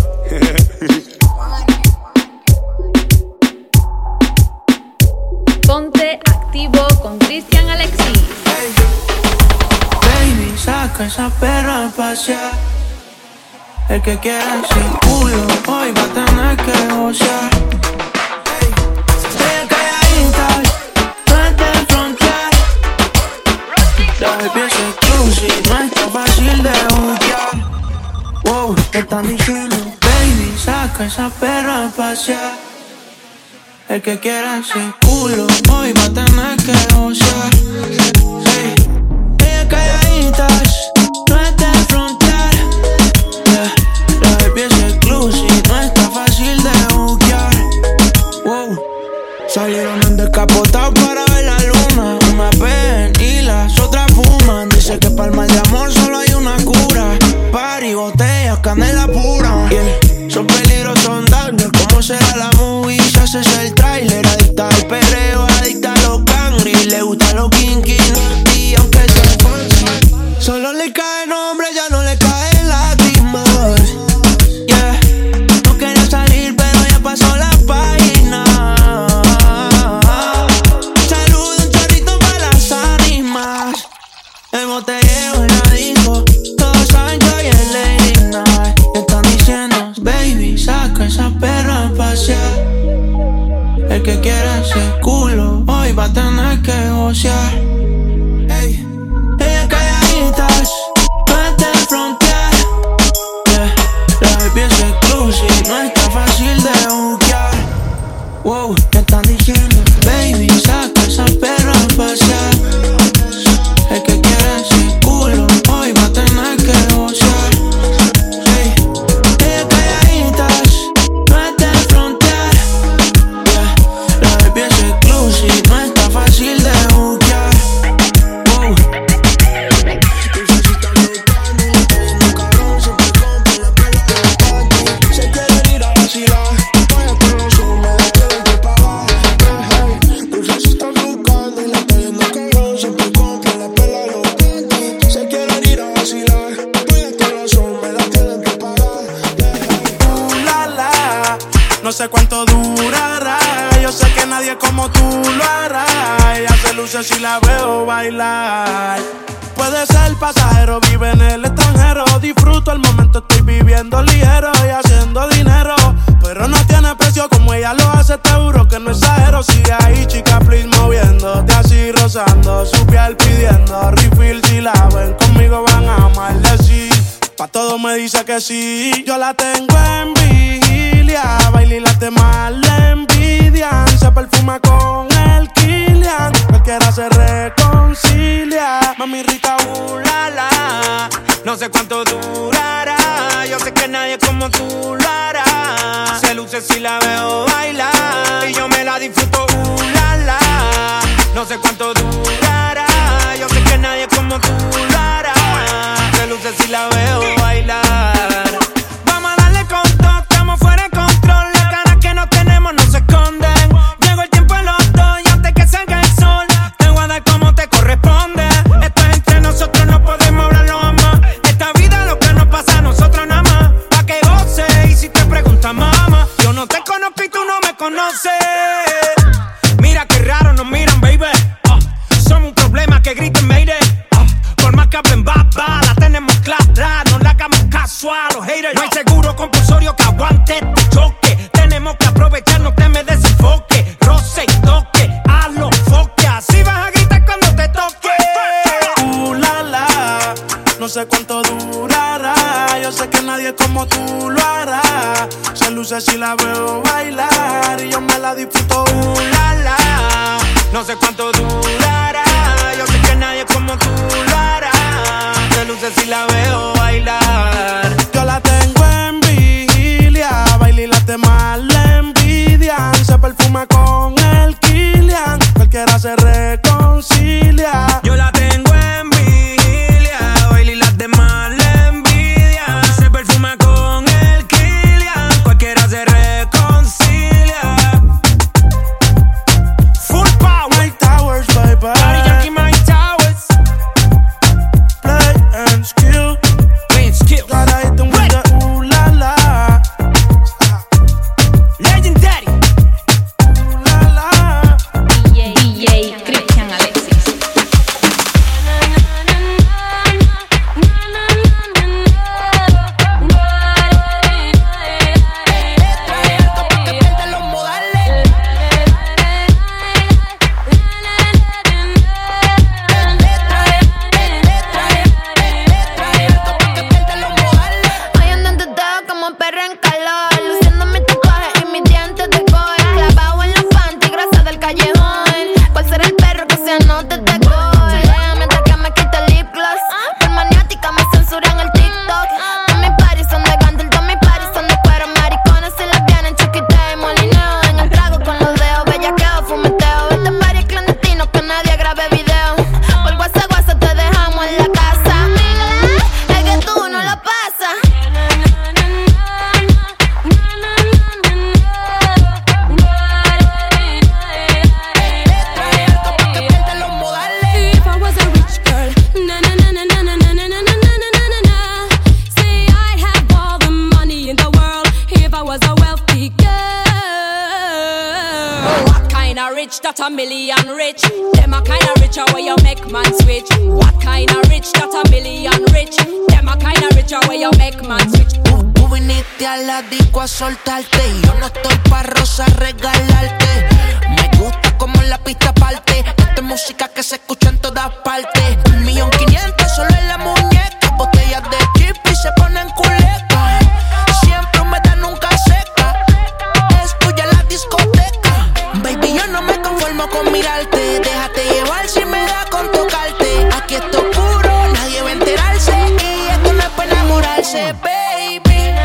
Ponte activo con Cristian Alexis. Hey. Baby, saca esa perra a pasear. El que quiera sin culo hoy va a tener que gozar. La baby es exclusive, no está fácil de buscar. Wow, te están diciendo, baby, saca esa perra a pasear. El que quiera ese culo, hoy va a tener que gozar. Hey, ella calladitas, no es de frontear. Yeah, la baby es exclusive, no está fácil de buscar. Wow, salieron en descapotado para ver la luna. Una ven y las otras fuman. Dice que para el mal de amor solo hay una cura. Party, botellas, canela pura. Yeah. Son peligros, son daños. ¿Cómo será la movie? Si haces el trailer. Adicta al perreo, adicta a los cangri. Le gusta los kinky, y aunque sea fancy. Solo le cae nombre, ya no le caen lágrimas. Yeah. No quería salir, pero ya pasó la página. El botellero en la disco, todos saben que hoy es Lady Night. Están diciendo, que quiere ese culo, hoy va a tener que gocear. Ey. Ella calladitas, no está en frontear. Yeah. La baby es exclusive, no está fácil de buquear. Wow, ¿qué están diciendo? Baby, saca esa perra a pasear. El que quiere ese culo, hoy va a tener que gocear. No sé cuánto durará, yo sé que nadie como tú lo hará. Ella se luce si la veo bailar. Puede ser pasajero, vive en el extranjero. Disfruto el momento, estoy viviendo ligero y haciendo dinero. Pero no tiene precio como ella lo hace, te juro que no exagero. Sigue ahí, chica, please, moviéndote así, rozando su piel, pidiendo refill. Si la ven conmigo van a amarle, sí. Pa' todo me dice que sí. Yo la tengo en vigilia, baila y las demás le envidian. Se perfuma con el Kilian, cualquiera se reconcilia. Mami rica, uh, la, la. No sé cuánto durará, yo sé que nadie como tú lo hará. Se luce si la veo bailar y yo me la disfruto, uh, la, la. No sé cuánto durará, yo sé que nadie como tú lo hará. Se luce si la veo bailar. Vamos a darle con todo, estamos fuera de control. Las ganas que no tenemos no se esconden. Llegó el tiempo en los dos y antes que salga el sol te voy a dar como te corresponde. Esto es entre nosotros, no podemos hablarlo jamás. Esta vida lo que nos pasa a nosotros nada más. Pa' que goce y si te preguntas mamá, yo no te conozco y tú no me conoces. Mira qué raro nos miran, baby. uh, Somos un problema que griten mayday. uh, Por más que hablen baba, la tenemos clara. No la hagamos caso a los haters. No hay seguro compulsorio que aguante este choque. Tenemos que aprovechar, no te me desenfoque. Roce y toque, a los foques. Así vas a gritar cuando te toque. Uh, la, la. No sé cuánto durará, yo sé que nadie como tú lo hará. Se luce si la veo bailar y yo me la disfruto, uh, la, la. No sé cuánto durará, yo sé que nadie como tú lo hará. Se luce si la veo bailar. Yo la tengo en vigilia, baila y las demás le envidian. Se perfuma con el Kilian, cualquiera se reconcilia. Yo la tengo en vigilia, baila y las demás le envidian. Se perfuma con el Kilian, cualquiera se reconcilia. Full power, Mike Towers, bye bye. Daddy Yankee, Mike Towers. Play and skill, play and skill. Gotta hit them with the ooh la la. Legendary. Ooh la la. D J, D J Cristian Alexis. Hoy ando en tu dedo como perro en calor, luciendo mis tatuajes y mis dientes de gold, clavado en los panty, grasa del callejón. ¿Cuál será el perro que se anote de gol? Chulea mientras que me quita el lip gloss. Por maniática me censuran el TikTok. Todos mis parties son de Gandil, todos mis parties son de cuero. Maricones si las vienen chiquita y molineo. En el trago con los dedos, bellaqueo, fumeteo. Este party es clandestino, que nadie grabe video. Por WhatsApp, WhatsApp te dejamos en la casa. Es que tú no la pasas. If I was a rich girl, na na na na na na na na na na na na na. Say I'd have all the money in the world if I was a wealthy girl. What kind of rich that a million rich? Them a kind of rich where you make man switch. What kind of rich that a million rich? Them a kind of rich where you make man switch. Tú viniste a la disco a soltarte y yo no estoy pa' rosa regalarte. Esto como en la pista aparte. Esto es música que se escucha en todas partes. Un millón quinientos solo en la muñeca. Botellas de chip y se ponen culeca. Siempre humedad nunca seca. Es tuya la discoteca. Baby, yo no me conformo con mirarte. Déjate llevar si me da con tocarte. Aquí esto es puro, nadie va a enterarse. Y esto no es para enamorarse, baby.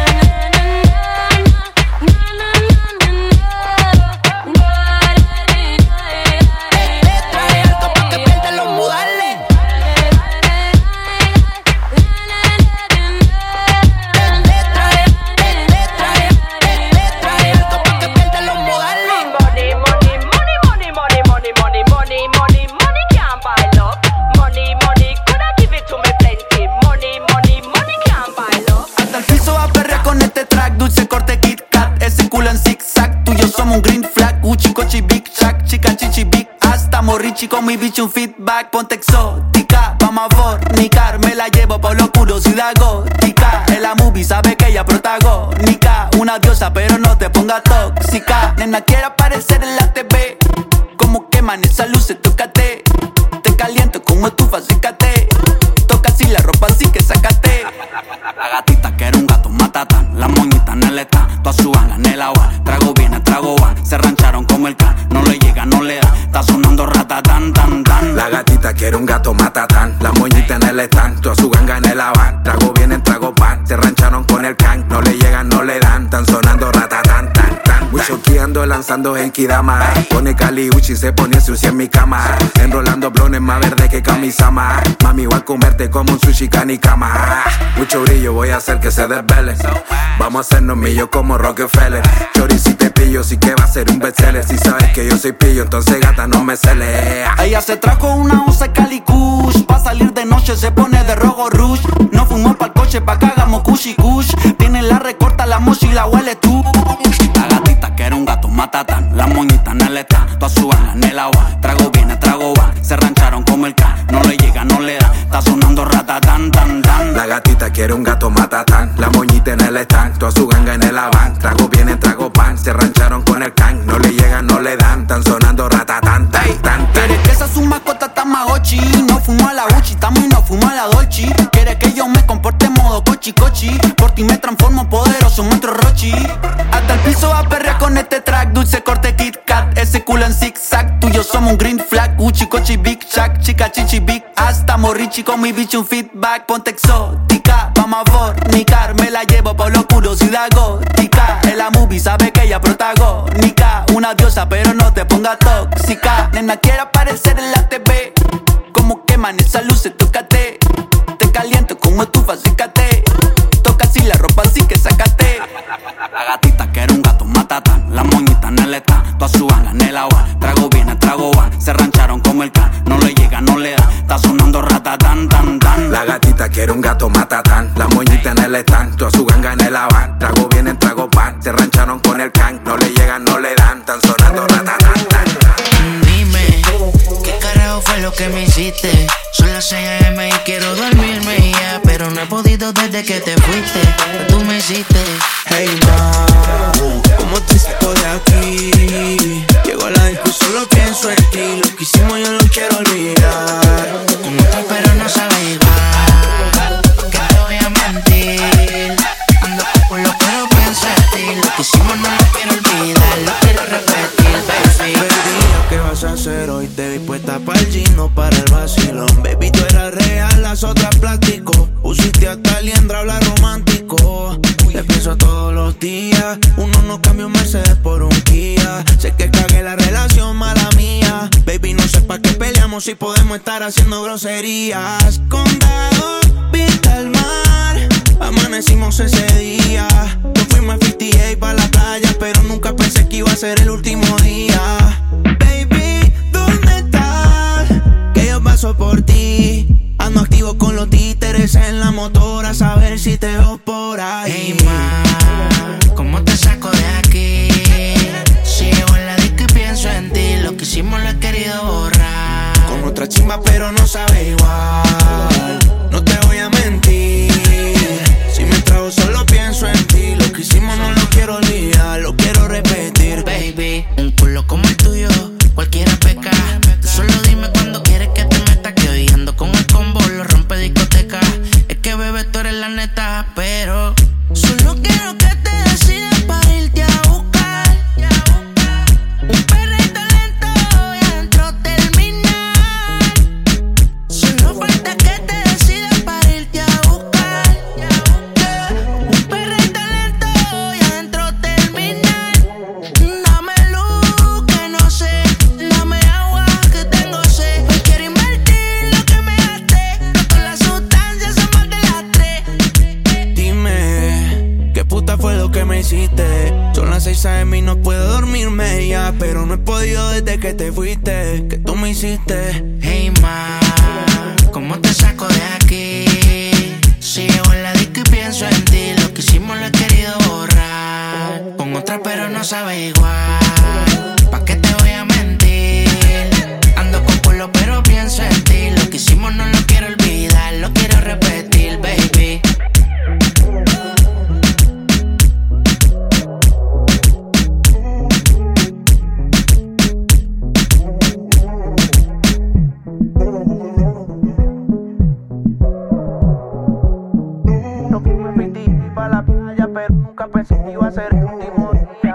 Un green flag, Gucci, Cochi, Big Shack, chica, chichi, big hasta morrichi con mi bicho un feedback, ponte exótica, vamos a fornicar, me la llevo por lo curiosidad gótica, en la movie sabe que ella protagónica, una diosa pero no te ponga tóxica, nena quiere aparecer en la T V, como queman esas luces, tócate, te caliento como estufa, sécate, toca así la ropa así que sácate. La gatita que era un gato matatán, la moñita en el stand, toda su ganga en el agua, trago viene, trago van, se rancharon como el can, no le llega, no le da, está sonando ratatán, tan, tan. La gatita que era un gato matatán, la moñita en el stand, toda su ganga en el avan, trago viene, trago pan, se rancharon con el can, no le llegan, no le dan, están sonando ratatán, tan, tan. Muy choqueando, lanzando Genkidama, pone Cali Uchi, se pone sucia en mi cama, enrolando blones más verde que Kamisama, mami voy a comerte como un sushi canicama, mucho brillo voy a hacer que se desvele, vamos a hacernos millos como Rockefeller, chori si te pillo, sí que va a ser un bestseller, si sabes que yo soy pillo, entonces gata no me cele. Ella se trajo una once Cali Kush, pa' salir de noche se pone de rojo rush, no fumó pa'l coche pa' que hagamos kushi kush, tiene la recorta, la mochila huele tú. La gatita que era un gato matatán, la moñita en el stand, toda su gana en el agua, trago viene, trago va, se rancharon como el can, no le llega, no le da, está sonando ratatán, tan, tan. La gatita quiere un gato matatán, la moñita en el stand, toda su ganga en el avan, trago viene, trago pan, se rancharon con el can, no le llegan, no le dan, tan sonando ratatán, tan, tan, tan. Quiere que esa su mascota tamagotchi, no fumo a la Uchi, tamo y no fumo a la Dolce, quiere que yo me comporte en modo cochi cochi, por ti me transformo en poderoso monstruo Rochi, hasta el piso va a perrear con este track, dulce corte Kit Kat, ese culo en zigzag, tú y yo somos un green flag, Gucci, Cochi, Big Shack, chica, chichi, big hasta morrichi con mi bicho un feedback, ponte exótica, vamos a fornicar, me la llevo por lo curiosidad gótica, en la movie sabe que ella protagónica, una diosa pero no te ponga tóxica, nena quiere aparecer en la T V, como queman esas luces, tócate, te caliento como estufa, sécate, toca así la ropa así que sácate. La gatita que era un gato matatán, la moñita en el stand, toda su ganga en el agua, trago viene, trago van, se rancharon como el can, no le llega, no le da, está sonando ratatán, tan, tan. La gatita que era un gato matatán, la moñita en el stand, toda su ganga en el avan, trago viene, trago pan, se rancharon con el can, no le llegan, no le dan, están sonando ratatán, tan, tan. Dime, ¿qué carajo fue lo que me hiciste? Son las seis a eme y quiero dormirme ya, pero no he podido desde que te fuiste, tú me hiciste. Hey ma, como triste estoy aquí, llego a la disco solo pienso en ti, lo que hicimos yo lo quiero olvidar. Tú me estás pero no sabes igual, que te voy a mentir, ando por lo pero pienso en ti, lo que hicimos no lo quiero olvidar, lo quiero repetir, baby. Baby, ¿qué vas a hacer hoy? Te vi puesta para el gino, para el vacilón. Baby, tú eras real, las otras plástico. Pusiste hasta liendra, habla romántico. Te pienso todos los días. Uno no cambia un Mercedes por un Kia. Sé que cagué la relación, mala mía. Baby, no sé pa' qué peleamos si podemos estar haciendo groserías. Condado, vista al mar. Amanecimos ese día. Nos fuimos a cincuenta y ocho pa' la playa, pero nunca pensé que iba a ser el último día. Baby, ¿dónde estás? Que yo paso por ti. Ando activo con los títeres en la motora, a saber si te veo por ahí. Hey ma, ¿cómo te saco de aquí? Si llego en la disco y pienso en ti, lo que hicimos lo he querido borrar. Con otra chimba pero no sabe igual, no te voy a mentir. Si me trago solo pienso en ti, lo que hicimos no lo quiero olvidar, lo quiero repetir. Baby, un culo como el tuyo, cualquiera Son las seis a eme y no puedo dormirme ya, pero no he podido desde que te fuiste, que tú me hiciste. Hey ma, ¿cómo te saco de aquí? Si llego en la disco y pienso en ti, lo que hicimos lo he querido borrar. Con otra pero no sabe igual, ¿pa' qué te voy a mentir? Ando con culo pero pienso en ti, lo que hicimos no lo quiero olvidar, lo quiero repetir, baby. Pensé que iba a ser el último día.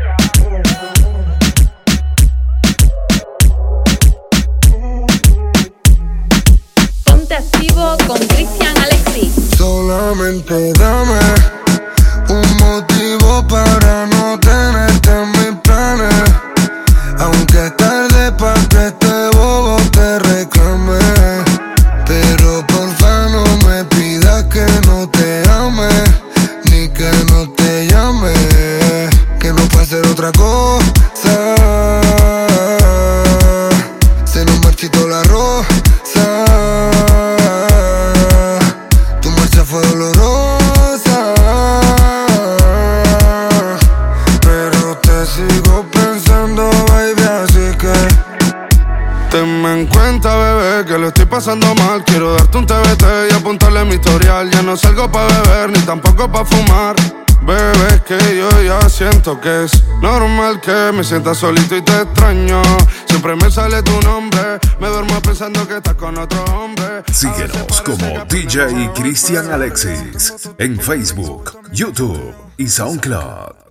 Ponte activo con Cristian Alexis. Solamente dame un motivo para no tenerte en mis planes. Aunque es tarde pa' que este bobo te reclame, pero porfa no me pidas que no te ame, ni que no te llame, que no puede ser otra cosa. Se nos marchitó la rosa, tu marcha fue dolorosa, pero te sigo pensando, baby, así que tenme en cuenta, bebé, que lo estoy pasando mal. Quiero darte un te be te y apuntarle mi historial. Ya no salgo pa' beber, ni tampoco pa' fumar. Bebé, es que yo ya siento que es normal que me sienta solito y te extraño. Siempre me sale tu nombre, me duermo pensando que estás con otro hombre. Síguenos como D J Cristian Alexis en Facebook, YouTube y SoundCloud.